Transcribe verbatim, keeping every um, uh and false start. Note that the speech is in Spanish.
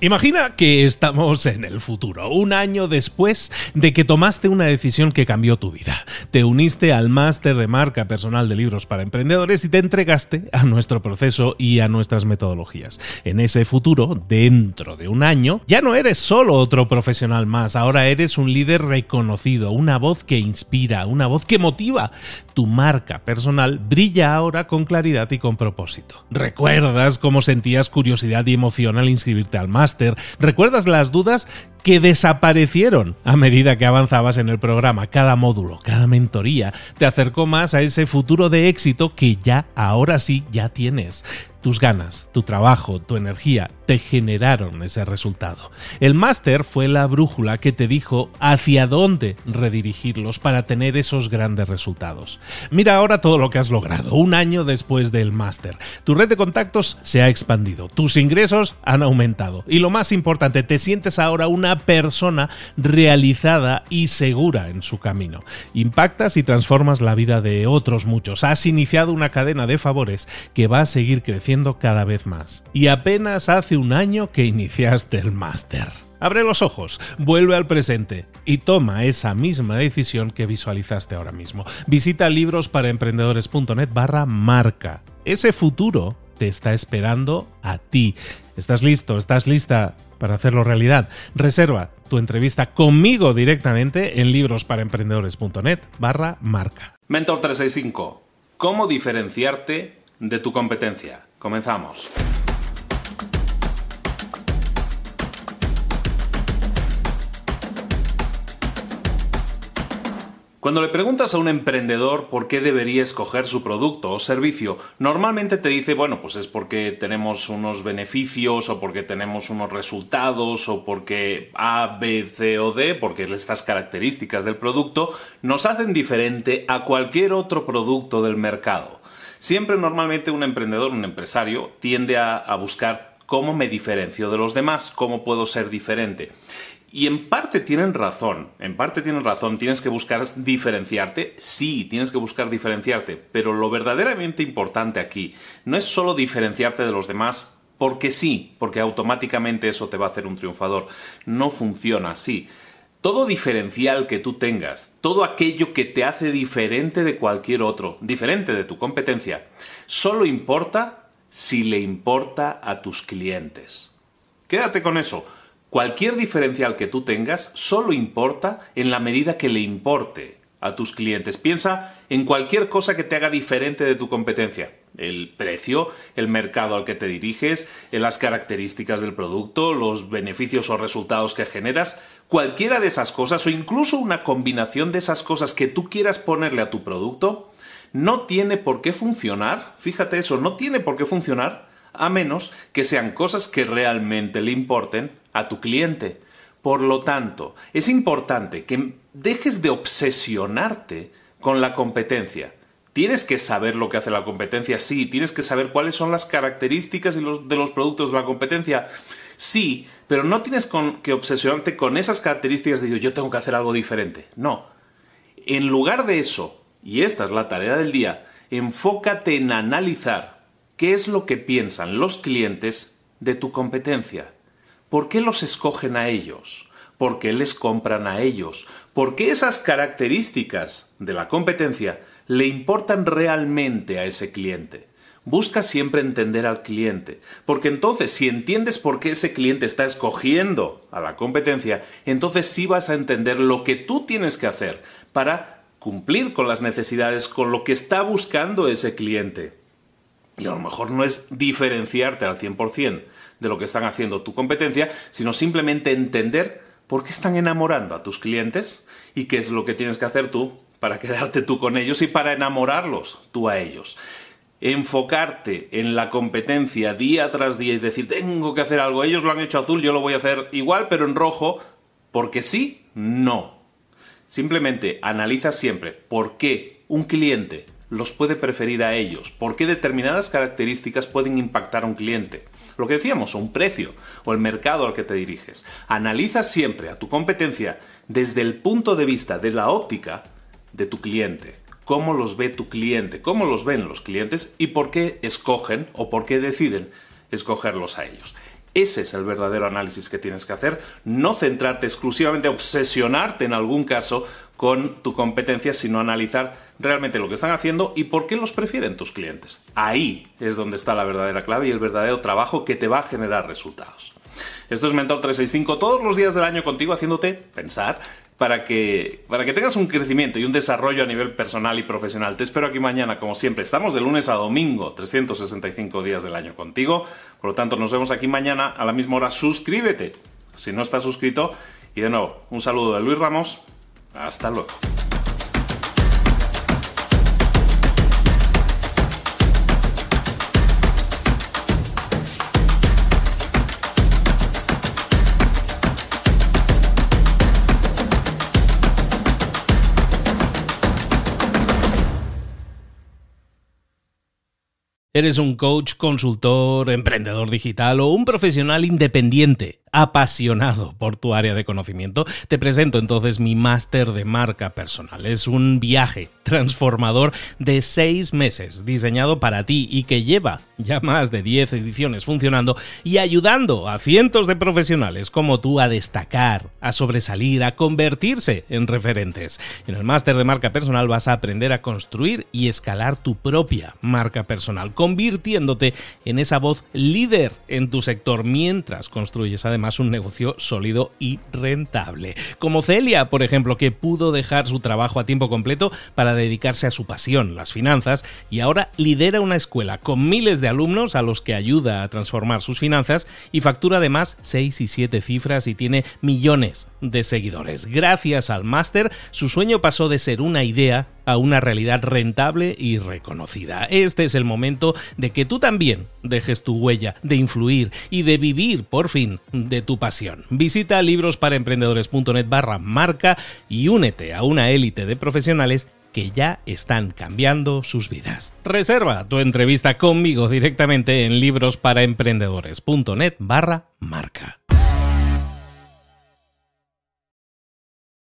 Imagina que estamos en el futuro, un año después de que tomaste una decisión que cambió tu vida. Te uniste al máster de marca personal de libros para emprendedores y te entregaste a nuestro proceso y a nuestras metodologías. En ese futuro, dentro de un año, ya no eres solo otro profesional más, ahora eres un líder reconocido, una voz que inspira, una voz que motiva. Tu marca personal brilla ahora con claridad y con propósito. ¿Recuerdas cómo sentías curiosidad y emoción al inscribirte al máster? ¿Recuerdas las dudas que desaparecieron a medida que avanzabas en el programa? Cada módulo, cada mentoría te acercó más a ese futuro de éxito que ya, ahora sí, ya tienes. Tus ganas, tu trabajo, tu energía te generaron ese resultado. El máster fue la brújula que te dijo hacia dónde redirigirlos para tener esos grandes resultados. Mira ahora todo lo que has logrado, un año después del máster. Tu red de contactos se ha expandido, tus ingresos han aumentado y lo más importante, te sientes ahora una persona realizada y segura en su camino. Impactas y transformas la vida de otros muchos. Has iniciado una cadena de favores que va a seguir creciendo cada vez más. Y apenas hace un año que iniciaste el máster. Abre los ojos, vuelve al presente y toma esa misma decisión que visualizaste ahora mismo. Visita librosparaemprendedores.net barra marca. Ese futuro te está esperando a ti. ¿Estás listo? ¿Estás lista para hacerlo realidad? Reserva tu entrevista conmigo directamente en librosparaemprendedores.net barra marca. Mentor trescientos sesenta y cinco. ¿Cómo diferenciarte de tu competencia? Comenzamos. Cuando le preguntas a un emprendedor por qué debería escoger su producto o servicio, normalmente te dice, bueno, pues es porque tenemos unos beneficios o porque tenemos unos resultados o porque A, B, C o D, porque estas características del producto nos hacen diferente a cualquier otro producto del mercado. Siempre normalmente un emprendedor, un empresario, tiende a, a buscar cómo me diferencio de los demás, cómo puedo ser diferente. Y en parte tienen razón, en parte tienen razón, tienes que buscar diferenciarte, sí, tienes que buscar diferenciarte, pero lo verdaderamente importante aquí no es solo diferenciarte de los demás porque sí, porque automáticamente eso te va a hacer un triunfador. No funciona así. Todo diferencial que tú tengas, todo aquello que te hace diferente de cualquier otro, diferente de tu competencia, solo importa si le importa a tus clientes. Quédate con eso. Cualquier diferencial que tú tengas solo importa en la medida que le importe a tus clientes. Piensa en cualquier cosa que te haga diferente de tu competencia. El precio, el mercado al que te diriges, las características del producto, los beneficios o resultados que generas. Cualquiera de esas cosas o incluso una combinación de esas cosas que tú quieras ponerle a tu producto no tiene por qué funcionar. Fíjate eso, no tiene por qué funcionar a menos que sean cosas que realmente le importen a tu cliente. Por lo tanto, es importante que dejes de obsesionarte con la competencia. Tienes que saber lo que hace la competencia, sí. Tienes que saber cuáles son las características de los, de los productos de la competencia, sí. Pero no tienes con, que obsesionarte con esas características de yo tengo que hacer algo diferente. No. En lugar de eso, y esta es la tarea del día, enfócate en analizar qué es lo que piensan los clientes de tu competencia. ¿Por qué los escogen a ellos? ¿Por qué les compran a ellos? ¿Por qué esas características de la competencia le importan realmente a ese cliente? Busca siempre entender al cliente, porque entonces si entiendes por qué ese cliente está escogiendo a la competencia, entonces sí vas a entender lo que tú tienes que hacer para cumplir con las necesidades, con lo que está buscando ese cliente. Y a lo mejor no es diferenciarte al cien por ciento de lo que están haciendo tu competencia, sino simplemente entender por qué están enamorando a tus clientes y qué es lo que tienes que hacer tú para quedarte tú con ellos y para enamorarlos tú a ellos. Enfocarte en la competencia día tras día y decir, tengo que hacer algo, ellos lo han hecho azul, yo lo voy a hacer igual, pero en rojo, porque sí, no. Simplemente analiza siempre por qué un cliente los puede preferir a ellos, por qué determinadas características pueden impactar a un cliente. Lo que decíamos, un precio o el mercado al que te diriges. Analiza siempre a tu competencia desde el punto de vista de la óptica de tu cliente. Cómo los ve tu cliente, cómo los ven los clientes y por qué escogen o por qué deciden escogerlos a ellos. Ese es el verdadero análisis que tienes que hacer, no centrarte exclusivamente, obsesionarte en algún caso con tu competencia, sino analizar realmente lo que están haciendo y por qué los prefieren tus clientes. Ahí es donde está la verdadera clave y el verdadero trabajo que te va a generar resultados. Esto es Mentor trescientos sesenta y cinco, todos los días del año contigo, haciéndote pensar para que, para que tengas un crecimiento y un desarrollo a nivel personal y profesional. Te espero aquí mañana, como siempre. Estamos de lunes a domingo, trescientos sesenta y cinco días del año contigo. Por lo tanto, nos vemos aquí mañana a la misma hora. Suscríbete si no estás suscrito. Y de nuevo, un saludo de Luis Ramos. Hasta luego. ¿Eres un coach, consultor, emprendedor digital o un profesional independiente apasionado por tu área de conocimiento? Te presento entonces mi máster de marca personal. Es un viaje transformador de seis meses diseñado para ti y que lleva ya más de diez ediciones funcionando y ayudando a cientos de profesionales como tú a destacar, a sobresalir, a convertirse en referentes. En el máster de marca personal vas a aprender a construir y escalar tu propia marca personal, convirtiéndote en esa voz líder en tu sector mientras construyes además un negocio sólido y rentable. Como Celia, por ejemplo, que pudo dejar su trabajo a tiempo completo para dedicarse a su pasión, las finanzas, y ahora lidera una escuela con miles de alumnos a los que ayuda a transformar sus finanzas y factura además seis y siete cifras y tiene millones de seguidores. Gracias al máster, su sueño pasó de ser una idea a una realidad rentable y reconocida. Este es el momento de que tú también dejes tu huella, de influir y de vivir, por fin, de tu pasión. Visita librosparaemprendedores.net barra marca y únete a una élite de profesionales que ya están cambiando sus vidas. Reserva tu entrevista conmigo directamente en librosparaemprendedores.net barra marca.